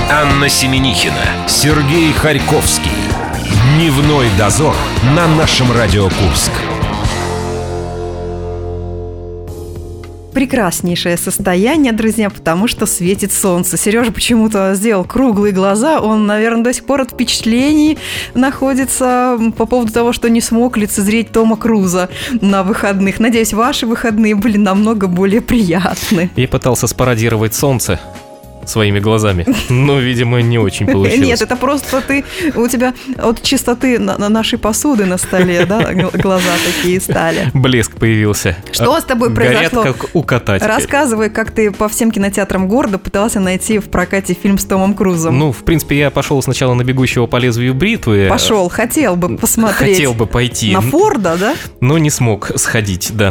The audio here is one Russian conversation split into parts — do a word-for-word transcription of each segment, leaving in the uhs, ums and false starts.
Анна Семенихина, Сергей Харьковский. Дневной дозор на нашем Радио Курск. Прекраснейшее состояние, друзья, потому что светит солнце. Сережа почему-то сделал круглые глаза. Он, наверное, до сих пор от впечатлений находится по поводу того, что не смог лицезреть Тома Круза на выходных. Надеюсь, ваши выходные были намного более приятны. Я пытался спародировать солнце своими глазами, но, видимо, не очень получилось. Нет, это просто ты, у тебя от чистоты на, на нашей посуды на столе, да, глаза такие стали. Блеск появился. Что с тобой произошло? Горят, как у кота теперь. Рассказывай, как ты по всем кинотеатрам города пытался найти в прокате фильм с Томом Крузом. Ну, в принципе, я пошел сначала на «Бегущего по лезвию бритвы». Пошел, хотел бы посмотреть. Хотел бы пойти. На Форда, да? Но не смог сходить, да.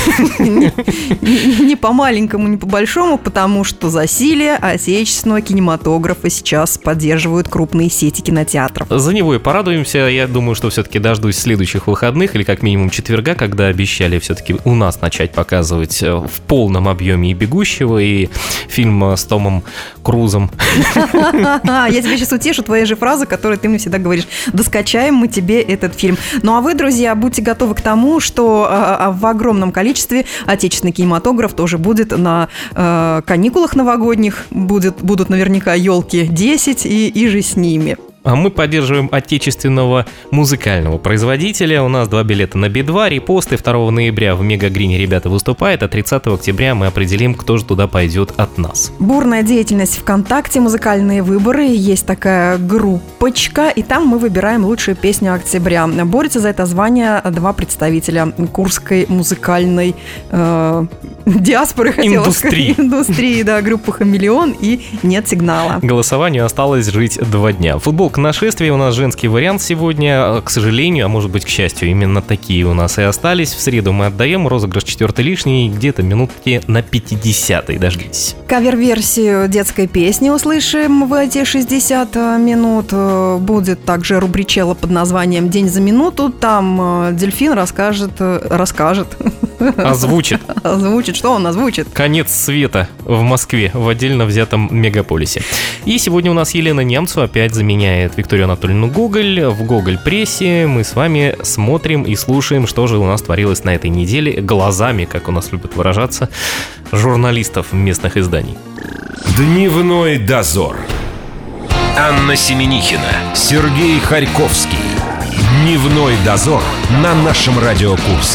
Не по маленькому, не по большому, потому что засилие отечественного кинематографа сейчас поддерживают крупные сети кинотеатров. За него и порадуемся. Я думаю, что все-таки дождусь следующих выходных, или как минимум четверга, когда обещали все-таки у нас начать показывать в полном объеме и «Бегущего», и фильм с Томом Крузом. Я тебя сейчас утешу твоей же фразы, которую ты мне всегда говоришь. Да скачаем мы тебе этот фильм. Ну а вы, друзья, будьте готовы к тому, что в огромном количестве отечественный кинематограф тоже будет на каникулах новогодних, будет будут наверняка елки десять и, и же с ними. А мы поддерживаем отечественного музыкального производителя. У нас два билета на би два, репосты. второго ноября в Мегагрине ребята выступают, а тридцатого октября мы определим, кто же туда пойдет от нас. Бурная деятельность ВКонтакте, музыкальные выборы. Есть такая группочка, и там мы выбираем лучшую песню октября. Борются за это звание два представителя курской музыкальной э, диаспоры, хотела Индустрии. сказать. Индустрии, да, группа «Хамелеон» и «Нет сигнала». Голосованию осталось жить два дня. Футболка нашествия, у нас женский вариант сегодня. К сожалению, а может быть, к счастью, именно такие у нас и остались. В среду мы отдаем розыгрыш четвертый лишний, где-то минутки на пятидесятой. Дождитесь. Кавер-версию детской песни услышим в эти шестьдесят минут. Будет также рубричелла под названием «День за минуту». Там Дельфин расскажет... Расскажет. Озвучит. Озвучит. Что он озвучит? Конец света в Москве, в отдельно взятом мегаполисе. И сегодня у нас Елена Немцу опять заменяет Викторию Анатольевну Гоголь. В Гоголь-прессе мы с вами смотрим и слушаем, что же у нас творилось на этой неделе глазами, как у нас любят выражаться, журналистов местных изданий. Дневной дозор. Анна Семенихина, Сергей Харьковский. Дневной дозор на нашем Радио Курск.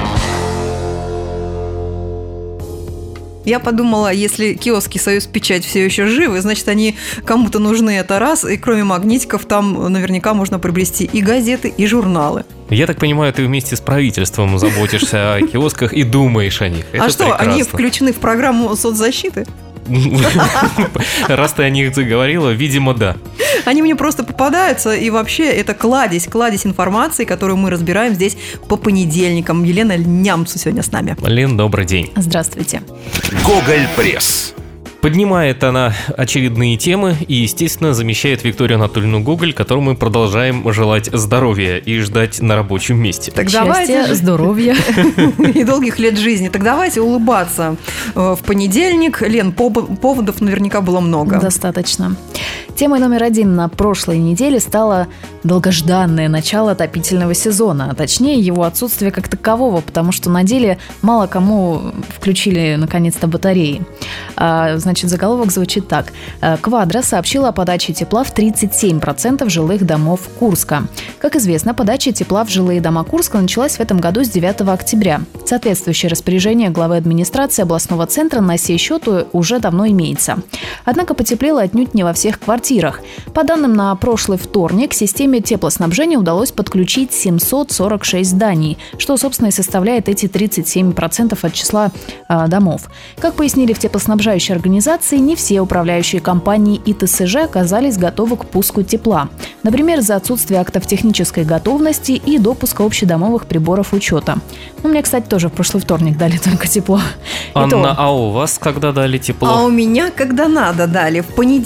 Я подумала, если киоски «Союз Печать» все еще живы, значит, они кому-то нужны, это раз. И кроме магнитиков там наверняка можно приобрести и газеты, и журналы. Я так понимаю, ты вместе с правительством заботишься о киосках и думаешь о них. А что, они включены в программу соцзащиты? Раз ты о них заговорила, видимо, да. Они мне просто попадаются, и вообще это кладезь, кладезь информации, которую мы разбираем здесь по понедельникам. Елена Нямцу сегодня с нами. Лен, добрый день. Здравствуйте. Гоголь-пресс. Поднимает она очередные темы и, естественно, замещает Викторию Анатольевну Гоголь, которой мы продолжаем желать здоровья и ждать на рабочем месте. Так счастья, давайте... здоровья и долгих лет жизни. Так давайте улыбаться в понедельник. Лен, поводов наверняка было много. Достаточно. Темой номер один на прошлой неделе стало долгожданное начало отопительного сезона, а точнее его отсутствие как такового, потому что на деле мало кому включили наконец-то батареи. А, значит, заголовок звучит так. Квадро сообщила о подаче тепла в тридцать семь процентов жилых домов Курска. Как известно, подача тепла в жилые дома Курска началась в этом году с девятого октября. Соответствующее распоряжение главы администрации областного центра на сей счет уже давно имеется. Однако потеплело отнюдь не во всех квартирах. По данным на прошлый вторник, к системе теплоснабжения удалось подключить семьсот сорок шесть зданий, что, собственно, и составляет эти тридцать семь процентов от числа э, домов. Как пояснили в теплоснабжающей организации, не все управляющие компании и тэ эс жэ оказались готовы к пуску тепла. Например, из-за отсутствия актов технической готовности и допуска общедомовых приборов учета. Ну, мне, кстати, тоже в прошлый вторник дали только тепло. Анна, а у вас когда дали тепло? А у меня когда надо дали, в понедельник.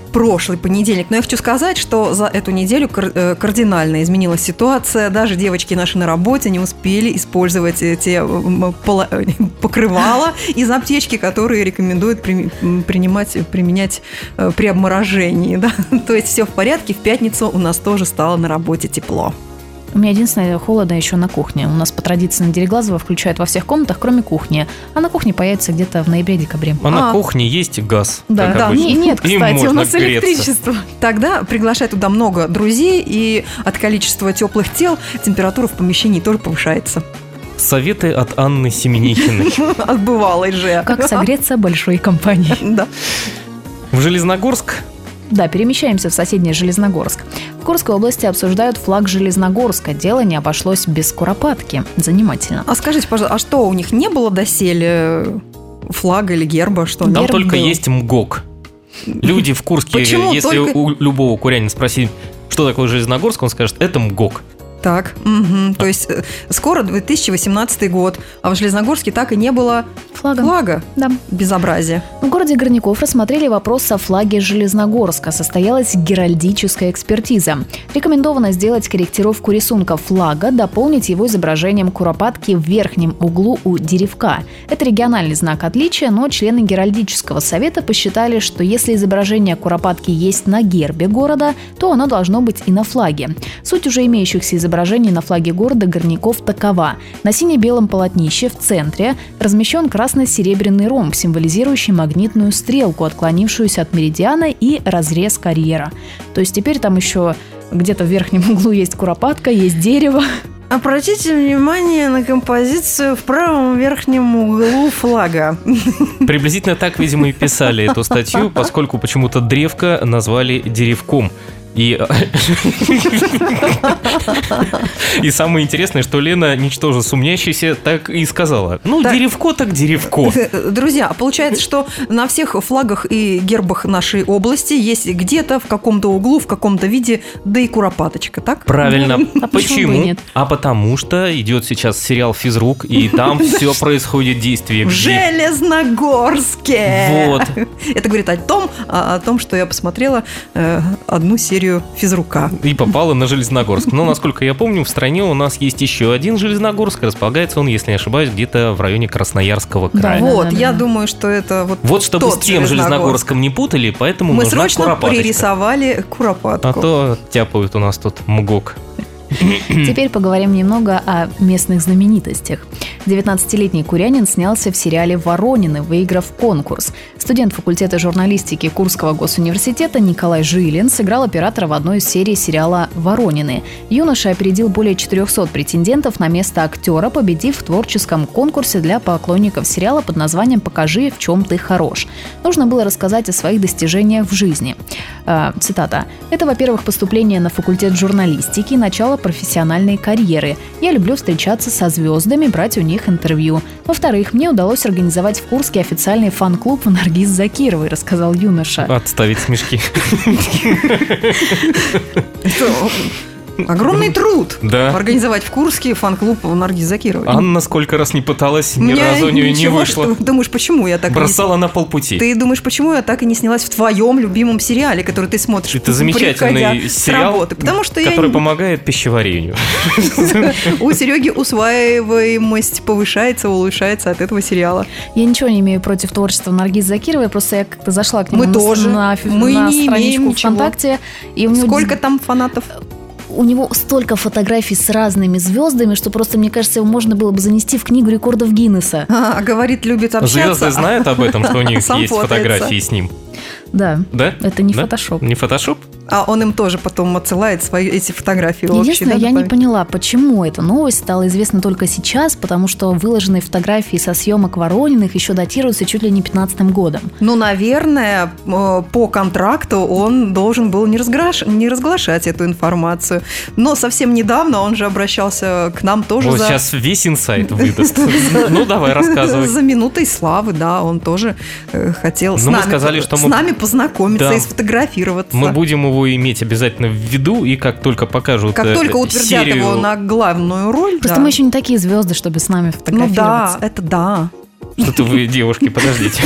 прошлый понедельник. Но я хочу сказать, что за эту неделю кардинально изменилась ситуация. Даже девочки наши на работе не успели использовать те покрывала из аптечки, которые рекомендуют принимать, применять при обморожении. Да? То есть все в порядке. В пятницу у нас тоже стало на работе тепло. У меня единственное, холодно еще на кухне. У нас по традиции на Дереглазово включают во всех комнатах, кроме кухни. А на кухне появится где-то в ноябре-декабре. А, а на кухне есть газ. Да, да. Не, нет, кстати, у нас греться. Электричество. Тогда приглашай туда много друзей, и от количества теплых тел температура в помещении тоже повышается. Советы от Анны Семенихиной. От бывалой же. Как согреться большой компанией. Да. В Железногорск? Да, перемещаемся в соседний Железногорск. В Курской области обсуждают флаг Железногорска. Дело не обошлось без куропатки. Занимательно. А скажите, пожалуйста, а что, у них не было доселе флага или герба? Что Там герб только был? есть МГОК. Люди в Курске, Почему если только... у любого курянина спросить, что такое Железногорск, он скажет, это МГОК. Так, угу. То есть скоро две тысячи восемнадцатый год, а в Железногорске так и не было флага. флага. Да. Безобразие. В городе Горняков рассмотрели вопрос о флаге Железногорска. Состоялась геральдическая экспертиза. Рекомендовано сделать корректировку рисунка флага, дополнить его изображением куропатки в верхнем углу у деревка. Это региональный знак отличия, но члены геральдического совета посчитали, что если изображение куропатки есть на гербе города, то оно должно быть и на флаге. Суть уже имеющихся изображений Изображение на флаге города Горняков такова. На сине-белом полотнище в центре размещен красно-серебряный ромб, символизирующий магнитную стрелку, отклонившуюся от меридиана, и разрез карьера. То есть теперь там еще где-то в верхнем углу есть куропатка, есть дерево. Обратите внимание на композицию в правом верхнем углу флага. Приблизительно так, видимо, и писали эту статью, поскольку почему-то древко назвали деревком. И... и самое интересное, что Лена, ничтоже сумнящаяся, так и сказала. Ну, так. Деревко так деревко. Друзья, получается, что на всех флагах и гербах нашей области есть где-то в каком-то углу, в каком-то виде, да и куропаточка, так? Правильно. А почему? Почему? А потому что идет сейчас сериал «Физрук», и там все происходит действие. В Железногорске! Вот. Это говорит о том, о том, что я посмотрела одну серию «Физрука». И попала на Железногорск. Но, насколько я помню, в стране у нас есть еще один Железногорск. Располагается он, если не ошибаюсь, где-то в районе Красноярского края. Да, вот, да, да, я да. думаю, что это вот Вот чтобы тот с тем Железногорском не путали, поэтому мы нужна срочно куропаточка. пририсовали куропатку. А то тяпают у нас тут МГОК. Теперь поговорим немного о местных знаменитостях. девятнадцатилетний курянин снялся в сериале «Воронины», выиграв конкурс. Студент факультета журналистики Курского госуниверситета Николай Жилин сыграл оператора в одной из серий сериала «Воронины». Юноша опередил более четырехсот претендентов на место актера, победив в творческом конкурсе для поклонников сериала под названием «Покажи, в чем ты хорош». Нужно было рассказать о своих достижениях в жизни. Э, цитата. «Это, во-первых, поступление на факультет журналистики и начало профессиональной карьеры. Я люблю встречаться со звездами, брать у них интервью. Во-вторых, мне удалось организовать в Курске официальный фан-клуб Наргиз Закировой», рассказал юноша. Отставить смешки. Огромный труд Да. организовать в Курске фан-клуб Наргиз Закировой. Анна сколько раз не пыталась, ни Мне разу у нее не ничего, вышло. что- Думаешь, почему я так и не- Бросала на полпути. Ты думаешь, почему я так и не снялась в твоем любимом сериале, который ты смотришь, Это приходя замечательный с сериал, работы? Потому что я который не- помогает пищеварению. у Сереги усваиваемость повышается, улучшается от этого сериала. Я ничего не имею против творчества Наргиз Закировой, просто я как-то зашла к нему Мы на, тоже. на, Мы на не имеем страничку ничего. ВКонтакте. И у него Сколько там фанатов? У него столько фотографий с разными звездами, что просто, мне кажется, его можно было бы занести в книгу рекордов Гиннесса. А, говорит, любит общаться. Звезды знают об этом, что у них Сам есть фотается. фотографии с ним. Да. Да? Это не Да? фотошоп. Не фотошоп? А он им тоже потом отсылает свои эти фотографии. общие, Единственное, да, я не добавить? поняла, почему эта новость стала известна только сейчас, потому что выложенные фотографии со съемок Ворониных еще датируются чуть ли не пятнадцатым годом. Ну, наверное, э, по контракту он должен был не, разглаш... не разглашать эту информацию. Но совсем недавно он же обращался к нам тоже Вот за... сейчас весь инсайт выдаст. Ну, давай, рассказывай. За минутой славы, да, он тоже э, хотел с, Ну, мы нами, сказали, что с мы- нами познакомиться Да. и сфотографироваться. Мы будем его иметь обязательно в виду, и как только покажут Как э, только утвердят серию... его на главную роль. Просто да. мы еще не такие звезды, чтобы с нами Ну фотографироваться. да, это да. Что-то вы, девушки, подождите.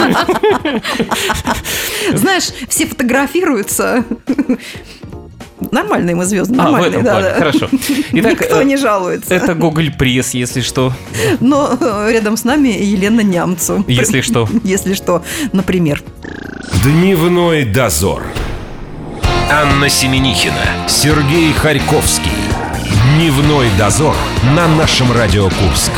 Знаешь, все фотографируются. Нормальные мы звезды, нормальные. А, в этом да, плане, да. хорошо. Итак, Никто не жалуется. Это Гоголь Пресс, если что. Но рядом с нами Елена Нямцу. Если что. Если что, например. Дневной дозор. Анна Семенихина, Сергей Харьковский. Дневной дозор на нашем Радио Курск.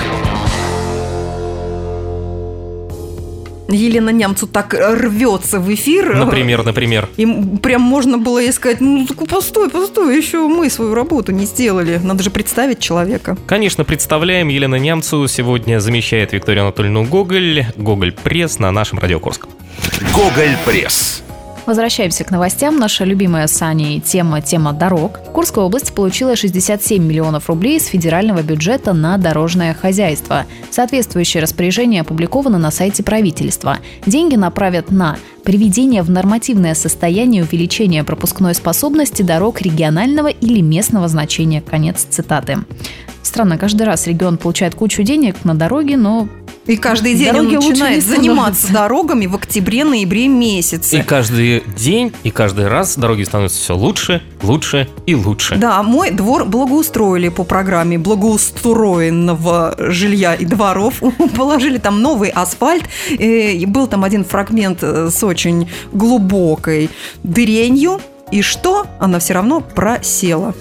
Елена Нямцу так рвется в эфир. Например, например. Им прям можно было ей сказать: ну, так постой, постой, еще мы свою работу не сделали. Надо же представить человека. Конечно, представляем. Елена Нямцу сегодня замещает Викторию Анатольевну Гоголь. Гоголь Пресс на нашем Радио Курск. Гоголь Пресс. Возвращаемся к новостям. Наша любимая с Аней тема, тема дорог. Курская область получила шестьдесят семь миллионов рублей из федерального бюджета на дорожное хозяйство. Соответствующее распоряжение опубликовано на сайте правительства. Деньги направят на приведение в нормативное состояние увеличения пропускной способности дорог регионального или местного значения. Конец цитаты. Странно, каждый раз регион получает кучу денег на дороги, но... И каждый день Дороги он лучше начинает не заниматься становятся. дорогами в октябре-ноябре месяце. И каждый день, и каждый раз дороги становятся все лучше, лучше и лучше. Да, мой двор благоустроили по программе благоустроенного жилья и дворов. Положили там новый асфальт. И был там один фрагмент с очень глубокой дыренью. И что? Она все равно просела.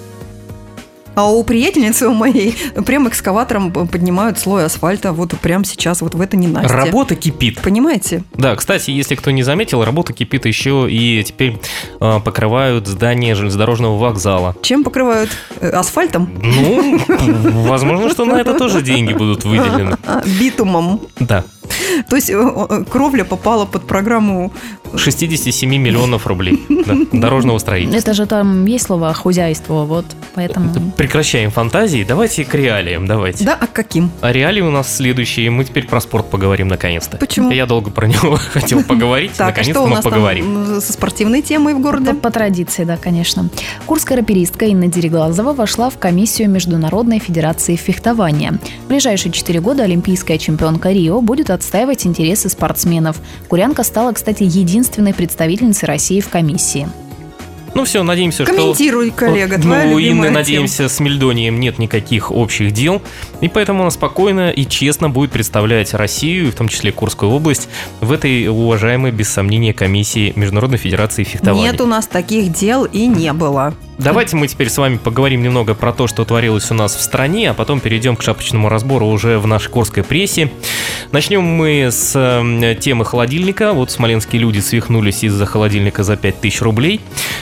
А у приятельницы у моей прям экскаватором поднимают слой асфальта вот прямо сейчас, вот в это ненастье. Работа кипит. Понимаете? Да, кстати, если кто не заметил, работа кипит еще и теперь э, покрывают здание железнодорожного вокзала. Чем покрывают? Э, Асфальтом? Ну, возможно, что на это тоже деньги будут выделены. Битумом. Да. То есть э, кровля попала под программу... шестьдесят семь миллионов рублей да, дорожного строительства. Это же там есть слово «хозяйство», вот, поэтому... Прекращаем фантазии, давайте к реалиям, давайте. Да, а каким? А реалии у нас следующие, мы теперь про спорт поговорим наконец-то. Почему? Я долго про него хотел поговорить, Так, а наконец-то что у мы нас поговорим. там со спортивной темой в городе? По, по традиции, да, конечно. Курская раперистка Инна Дереглазова вошла в комиссию Международной федерации фехтования. В ближайшие четыре года олимпийская чемпионка Рио будет отстаивать интересы спортсменов. Курянка стала, кстати, единственной представительницей России в комиссии. Ну все, надеемся, что... Комментируй, коллега, Ну, твоя у любимая Инны, тема. надеемся, с Мельдонием нет никаких общих дел, и поэтому она спокойно и честно будет представлять Россию, в том числе Курскую область, в этой уважаемой, без сомнения, комиссии Международной федерации фехтования. Нет у нас таких дел и не было. Давайте мы теперь с вами поговорим немного про то, что творилось у нас в стране, а потом перейдем к шапочному разбору уже в нашей Курской прессе. Начнем мы с э, темы холодильника. Вот смоленские люди свихнулись из-за холодильника за пять тысяч рублей.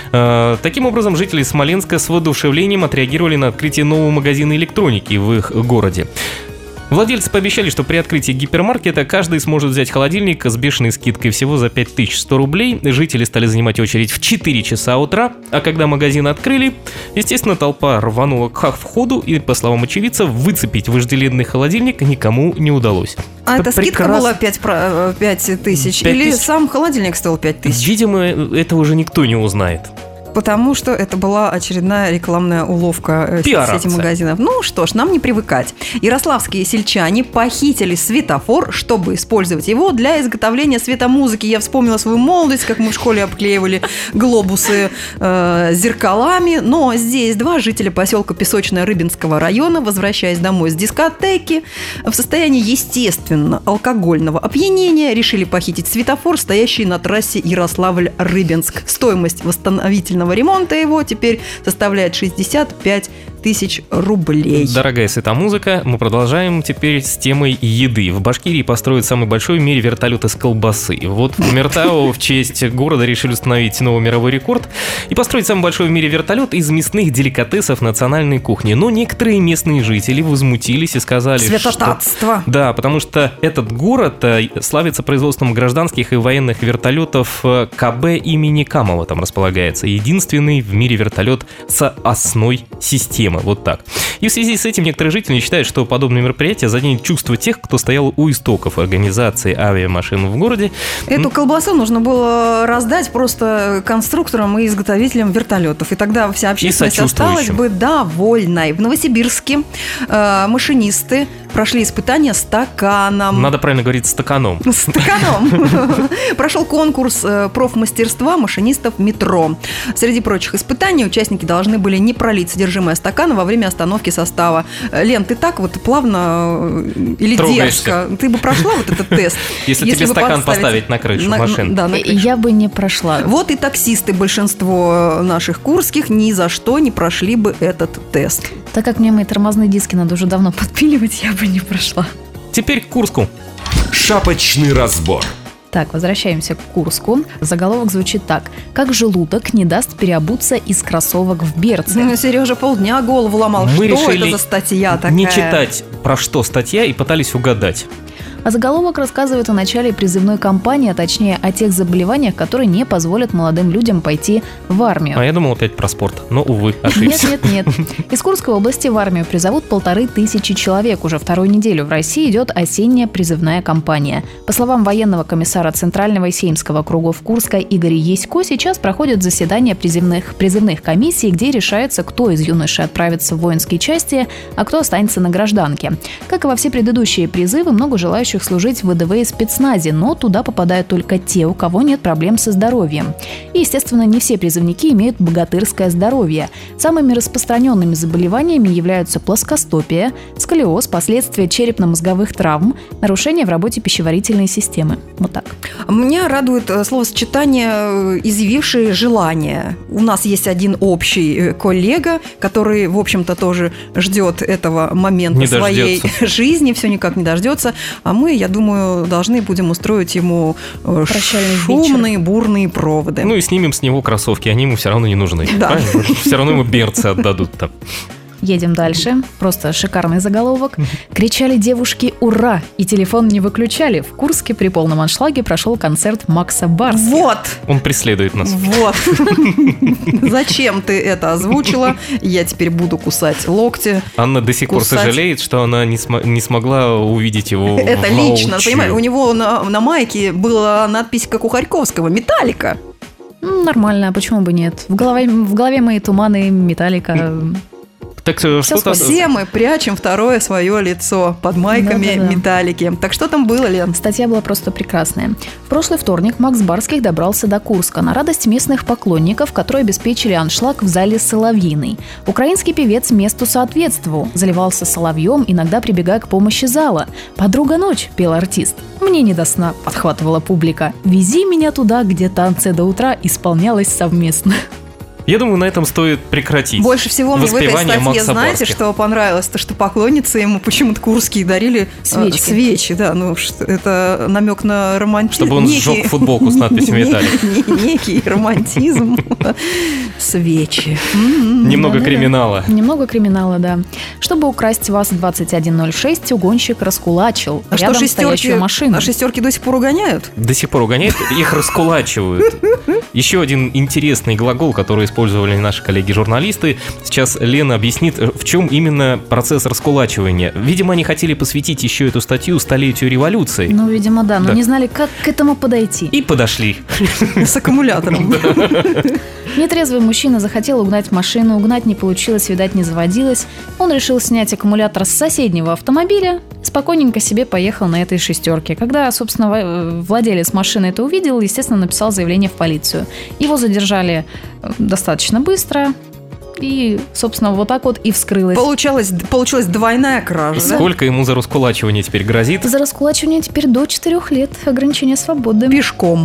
Э, таким образом, жители Смоленска с воодушевлением отреагировали на открытие нового магазина электроники в их городе. Владельцы пообещали, что при открытии гипермаркета каждый сможет взять холодильник с бешеной скидкой всего за пять тысяч сто рублей. Жители стали занимать очередь в четыре часа утра, а когда магазин открыли, естественно, толпа рванула к входу, и, по словам очевидцев, выцепить вожделенный холодильник никому не удалось. А эта скидка прекрас- была пять тысяч? пять Или тысяч? сам холодильник стоил пять тысяч? Видимо, это уже никто не узнает. Потому что это была очередная рекламная уловка э, Пиар-акция. сети магазинов. Ну что ж, нам не привыкать. Ярославские сельчане похитили светофор, чтобы использовать его для изготовления светомузыки. Я вспомнила свою молодость, как мы в школе обклеивали глобусы э, зеркалами. Но здесь два жителя поселка Песочное Рыбинского района, возвращаясь домой с дискотеки, в состоянии естественно алкогольного опьянения, решили похитить светофор, стоящий на трассе Ярославль-Рыбинск. Стоимость восстановительного ремонта его теперь составляет шестьдесят пять тысяч рублей. Дорогая светомузыка, мы продолжаем теперь с темой еды. В Башкирии построят самый большой в мире вертолет из колбасы. Вот в Кумертау в честь города решили установить новый мировой рекорд и построить самый большой в мире вертолет из мясных деликатесов национальной кухни. Но некоторые местные жители возмутились и сказали, Святотатство. что... Да, потому что этот город э, славится производством гражданских и военных вертолетов э, КБ имени Камова там располагается. Единственный в мире вертолет с осной системы. Вот так. И в связи с этим некоторые жители считают, что подобное мероприятие заденет чувство тех, кто стоял у истоков организации авиамашин в городе. Эту колбасу нужно было раздать просто конструкторам и изготовителям вертолетов. И тогда вся общественность осталась бы довольной. В Новосибирске э, машинисты прошли испытания стаканом. Надо правильно говорить стаканом. Стаканом. Прошел конкурс профмастерства машинистов метро. Среди прочих испытаний участники должны были не пролить содержимое стакана во время остановки состава. Лен, ты так вот плавно или дерзко, ты бы прошла вот этот тест? Если, если тебе стакан поставить на крышу на, машины. Да, на крышу. Я бы не прошла. Вот и таксисты, большинство наших курских, ни за что не прошли бы этот тест. Так как мне мои тормозные диски надо уже давно подпиливать, я бы не прошла. Теперь к Курску. Шапочный разбор. Так, возвращаемся к Курску. Заголовок звучит так. Как желудок не даст переобуться из кроссовок в берцы? Ну, Сережа полдня голову ломал. Мы что решили это за статья такая? Не читать, про что статья, и пытались угадать. А заголовок рассказывает о начале призывной кампании, а точнее о тех заболеваниях, которые не позволят молодым людям пойти в армию. А я думал опять про спорт, но, увы, ошибся. Нет, нет, нет. Из Курской области в армию призовут полторы тысячи человек. Уже вторую неделю в России идет осенняя призывная кампания. По словам военного комиссара Центрального и Сеймского округов Курска Игоря Ясько, сейчас проходят заседания призывных, призывных комиссий, где решается, кто из юношей отправится в воинские части, а кто останется на гражданке. Как и во все предыдущие призывы, много желающих служить в ВДВ и спецназе, но туда попадают только те, у кого нет проблем со здоровьем. И, естественно, не все призывники имеют богатырское здоровье. Самыми распространенными заболеваниями являются плоскостопие, сколиоз, последствия черепно-мозговых травм, нарушения в работе пищеварительной системы. Вот так. Меня радует словосочетание «изъявившие желание». У нас есть один общий коллега, который, в общем-то, тоже ждет этого момента не своей дождется. жизни, все никак не дождется. А мы, я думаю, должны будем устроить ему Прощальный шумные, бурные проводы. Ну и снимем с него кроссовки, они ему все равно не нужны. Да. Все равно ему берцы отдадут там. Едем дальше. Просто шикарный заголовок. Кричали девушки «Ура!» и телефон не выключали. В Курске при полном аншлаге прошел концерт Макса Барских. Вот! Он преследует нас. Вот. Зачем ты это озвучила? Я теперь буду кусать локти. Анна до сих пор Кусать. сожалеет, что она не, см- не смогла увидеть его Это воочию. лично, понимаешь, у него на, на майке была надпись, как у Харьковского, «Металлика». М, Нормально, а почему бы нет? В голове, в голове мои туманы, металлика. Так э, что-то... Все мы прячем второе свое лицо под майками Да-да-да. «Металлики». Так что там было, Лен? Статья была просто прекрасная. В прошлый вторник Макс Барских добрался до Курска на радость местных поклонников, которые обеспечили аншлаг в зале «Соловьиный». Украинский певец месту соответствовал, заливался соловьем, иногда прибегая к помощи зала. «Подруга ночь», — пел артист. «Мне не до сна», — подхватывала публика. «Вези меня туда, где танцы до утра» исполнялось совместно. Я думаю, на этом стоит прекратить. Больше всего мне в этой воспевание статье, Макса знаете, Барских. что понравилось? То, что поклонницы ему почему-то курские дарили э, Свечки. свечи, да, ну что, это намек на романтизм. Чтобы он сжег футболку с надписью «Металлик». Некий романтизм. Свечи. Немного Да-да-да. криминала. Немного криминала, да. Чтобы украсть ВАЗ двадцать один ноль шесть, угонщик раскулачил А что, рядом шестерки, стоящую машину. а шестерки до сих пор угоняют? До сих пор угоняют, их раскулачивают. Еще один интересный глагол, который использовали наши коллеги-журналисты. Сейчас Лена объяснит, в чем именно процесс раскулачивания. Видимо, они хотели посвятить еще эту статью столетию революции. Ну, видимо, да, но Да. не знали, как к этому подойти. И подошли. С аккумулятором. Нетрезвый мужчина захотел угнать машину, угнать не получилось, видать, не заводилось. Он решил снять аккумулятор с соседнего автомобиля, спокойненько себе поехал на этой шестерке. Когда, собственно, во- владелец машины это увидел, естественно, написал заявление в полицию. Его задержали э, достаточно быстро, и, собственно, вот так вот и вскрылось. Получалось, получилась двойная кража. да? Сколько ему за раскулачивание теперь грозит? За раскулачивание теперь до четырех лет ограничения свободы. Пешком,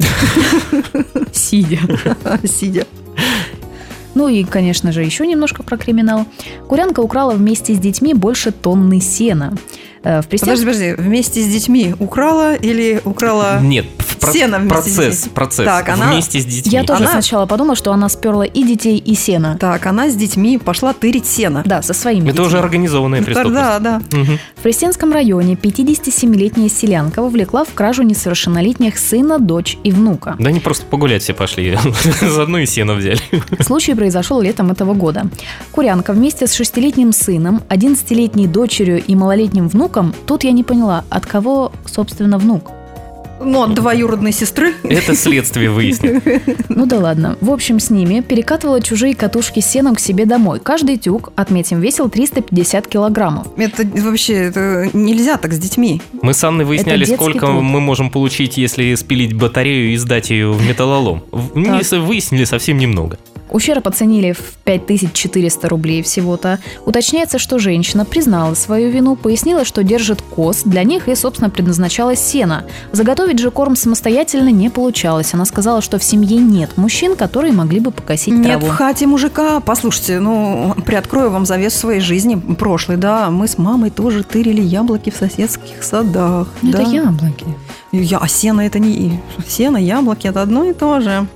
Сидя. сидя. Ну и, конечно же, еще немножко про криминал. Курянка украла вместе с детьми больше тонны сена. Э, В Пристяж- Подожди, подожди, вместе с детьми украла или украла... Нет, в про- Сено вместе с процесс, детьми. процесс. Так, она- Вместе с детьми. Я тоже Она- сначала подумала, что она сперла и детей, и сено. Так, она с детьми пошла тырить сено. Да, со своими Это детьми. уже организованная преступность. Да, да. Мгм. В Престенском районе пятидесятисемилетняя селянка вовлекла в кражу несовершеннолетних сына, дочь и внука. Да они просто погулять все пошли. Заодно и сено взяли. Случай произошел летом этого года. Курянка вместе с шестилетним сыном, одиннадцатилетней дочерью и малолетним внуком, тут я не поняла, от кого, собственно, внук. Ну, от двоюродной сестры. Это следствие выяснит. Ну да ладно. В общем, с ними перекатывала чужие катушки с сеном к себе домой. Каждый тюк, отметим, весил триста пятьдесят килограммов. Это вообще это нельзя так с детьми. Мы с Анной выясняли, Это детский сколько труд. мы можем получить, если спилить батарею и сдать ее в металлолом. В- не с- Выяснили совсем немного. Ущерб оценили в пять тысяч четыреста рублей всего-то. Уточняется, что женщина признала свою вину, пояснила, что держит коз, для них и, собственно, предназначалось сено. Заготовить же корм самостоятельно не получалось. Она сказала, что в семье нет мужчин, которые могли бы покосить Нет траву. в хате мужика. Послушайте, ну, приоткрою вам завес своей жизни прошлой, да. Мы с мамой тоже тырили яблоки в соседских садах. Это да. яблоки. Я, а сено это не... Сено, яблоки – это одно и то же.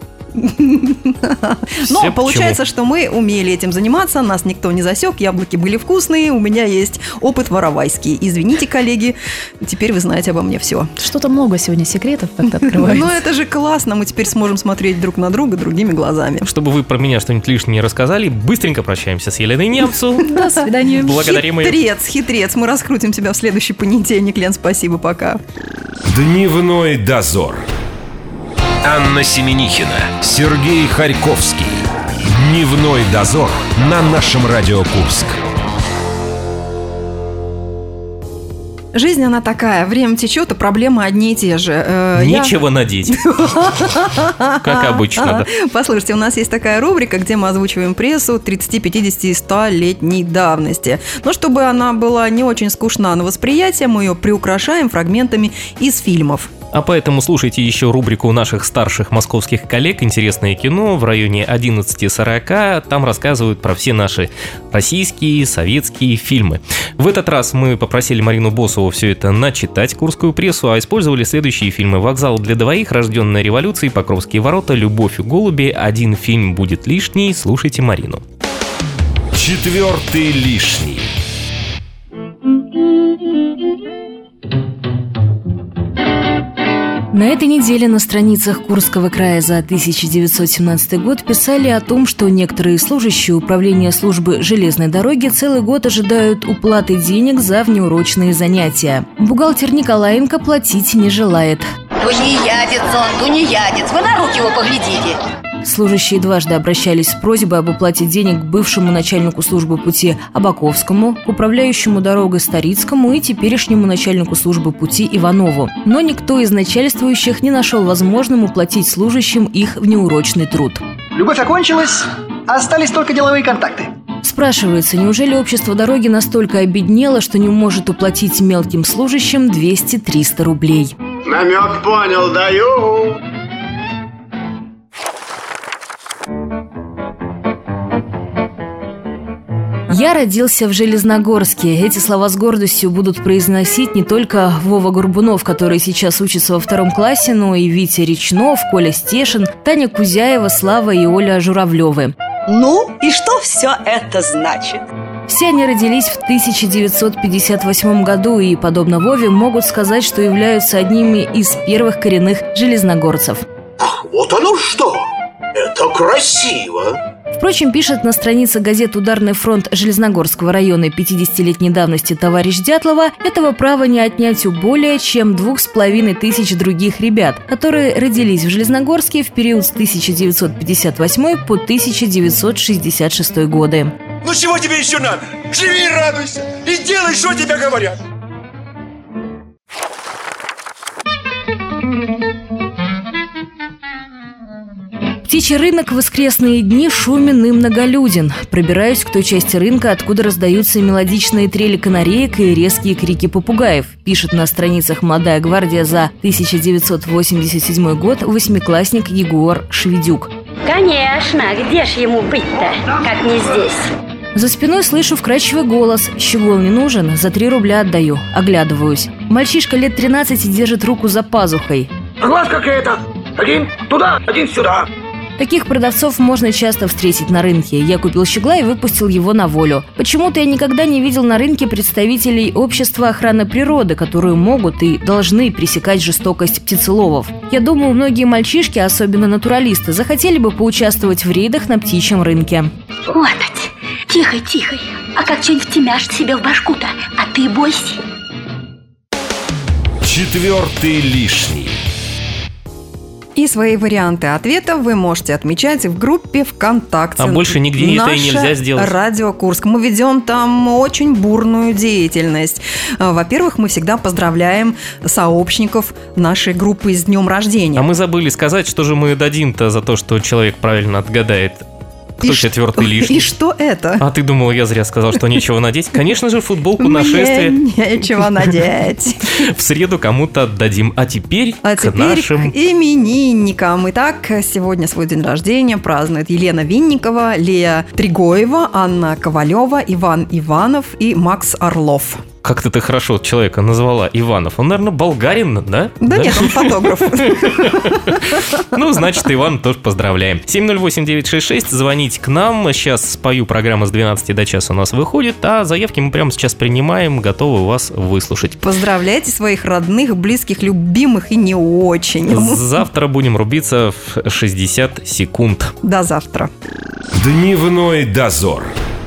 Но Всё получается, что мы умели этим заниматься, нас никто не засек, яблоки были вкусные, у меня есть опыт воровайский. Извините, коллеги, теперь вы знаете обо мне все. Что-то много сегодня секретов как-то открывается. Ну это же классно, мы теперь сможем смотреть друг на друга другими глазами. Чтобы вы про меня что-нибудь лишнее не рассказали, быстренько прощаемся с Еленой Немцу. До свидания. Благодарим ее. Хитрец, хитрец, мы раскрутим тебя в следующий понедельник. Лен, спасибо, пока. Дневной дозор. Анна Семенихина, Сергей Харьковский. Дневной дозор на нашем Радио Курск. Жизнь она такая, время течет, а проблемы одни и те же. Э, я- Нечего надеть. Как обычно, да. Послушайте, у нас есть такая рубрика, где мы озвучиваем прессу тридцать, пятьдесят и сто-летней давности. Но чтобы она была не очень скучна на восприятие, мы ее приукрашаем фрагментами из фильмов. А поэтому слушайте еще рубрику наших старших московских коллег «Интересное кино» в районе одиннадцать сорок. Там рассказывают про все наши российские, советские фильмы. В этот раз мы попросили Марину Босову все это начитать, курскую прессу, а использовали следующие фильмы: «Вокзал для двоих», «Рожденная революцией», «Покровские ворота», «Любовь и голуби», «Один фильм будет лишний». Слушайте Марину. Четвертый лишний. На этой неделе на страницах Курского края за тысяча девятьсот семнадцатый год писали о том, что некоторые служащие управления службы железной дороги целый год ожидают уплаты денег за внеурочные занятия. Бухгалтер Николаенко платить не желает. Тунеядец он, тунеядец. Вы на руки его поглядите. Служащие дважды обращались с просьбой об уплате денег к бывшему начальнику службы пути Абаковскому, к управляющему дорогой Старицкому и теперешнему начальнику службы пути Иванову. Но никто из начальствующих не нашел возможным уплатить служащим их внеурочный труд. Любовь окончилась, остались только деловые контакты. Спрашивается, неужели общество дороги настолько обеднело, что не может уплатить мелким служащим двести-триста рублей? Намек понял, даю. «Я родился в Железногорске». Эти слова с гордостью будут произносить не только Вова Горбунов, который сейчас учится во втором классе, но и Витя Речнов, Коля Стешин, Таня Кузяева, Слава и Оля Журавлевы. Ну, и что все это значит? Все они родились в тысяча девятьсот пятьдесят восьмом году и, подобно Вове, могут сказать, что являются одними из первых коренных железногорцев. Ах, вот оно что! Это красиво! Впрочем, пишет на странице газет «Ударный фронт» Железногорского района пятидесятилетней давности товарищ Дятлова, этого права не отнять у более чем двух с половиной тысяч других ребят, которые родились в Железногорске в период с тысяча девятьсот пятьдесят восьмой по тысяча девятьсот шестьдесят шестой годы. Ну чего тебе еще надо? Живи и радуйся! И делай, что тебе говорят! Птичий рынок в воскресные дни шумен и многолюден. Пробираюсь к той части рынка, откуда раздаются мелодичные трели канареек и резкие крики попугаев, пишет на страницах «Молодая гвардия» за тысяча девятьсот восемьдесят седьмой год восьмиклассник Егор Шведюк. Конечно, где ж ему быть-то, как не здесь? За спиной слышу вкрадчивый голос: «Щегол не нужен, за три рубля отдаю». Оглядываюсь. Мальчишка лет тринадцати держит руку за пазухой. Глаз какая-то! Один туда, один сюда! Таких продавцов можно часто встретить на рынке. Я купил щегла и выпустил его на волю. Почему-то я никогда не видел на рынке представителей общества охраны природы, которые могут и должны пресекать жестокость птицеловов. Я думаю, многие мальчишки, особенно натуралисты, захотели бы поучаствовать в рейдах на птичьем рынке. Вот, тихо, тихо. А как что-нибудь втемяшь себе в башку-то, а ты бойся. Четвертый лишний. и свои варианты ответа вы можете отмечать в группе ВКонтакте. А больше нигде это и нельзя сделать. Радио Курск. Мы ведем там очень бурную деятельность. Во-первых, мы всегда поздравляем сообщников нашей группы с днем рождения. А мы забыли сказать, что же мы дадим-то за то, что человек правильно отгадает. Кто и четвертый ш... лишний? И что это? А ты думала, я зря сказал, что нечего надеть? Конечно же, футболку Мне нашествия. Нечего надеть. В среду кому-то отдадим. А теперь а к теперь нашим к именинникам. Итак, сегодня свой день рождения празднуют Елена Винникова, Лея Тригоева, Анна Ковалева, Иван Иванов и Макс Орлов. Как-то ты хорошо человека назвала Иванов. Он, наверное, болгарин, да? Да, да? Нет, он фотограф. Ну, значит, Иван тоже поздравляем. семь ноль восемь девять шесть шесть, звоните к нам. Сейчас спою, программа с двенадцати до часа у нас выходит, а заявки мы прямо сейчас принимаем, готовы вас выслушать. Поздравляйте своих родных, близких, любимых и не очень. Завтра будем рубиться в шестьдесят секунд. До завтра. Дневной дозор.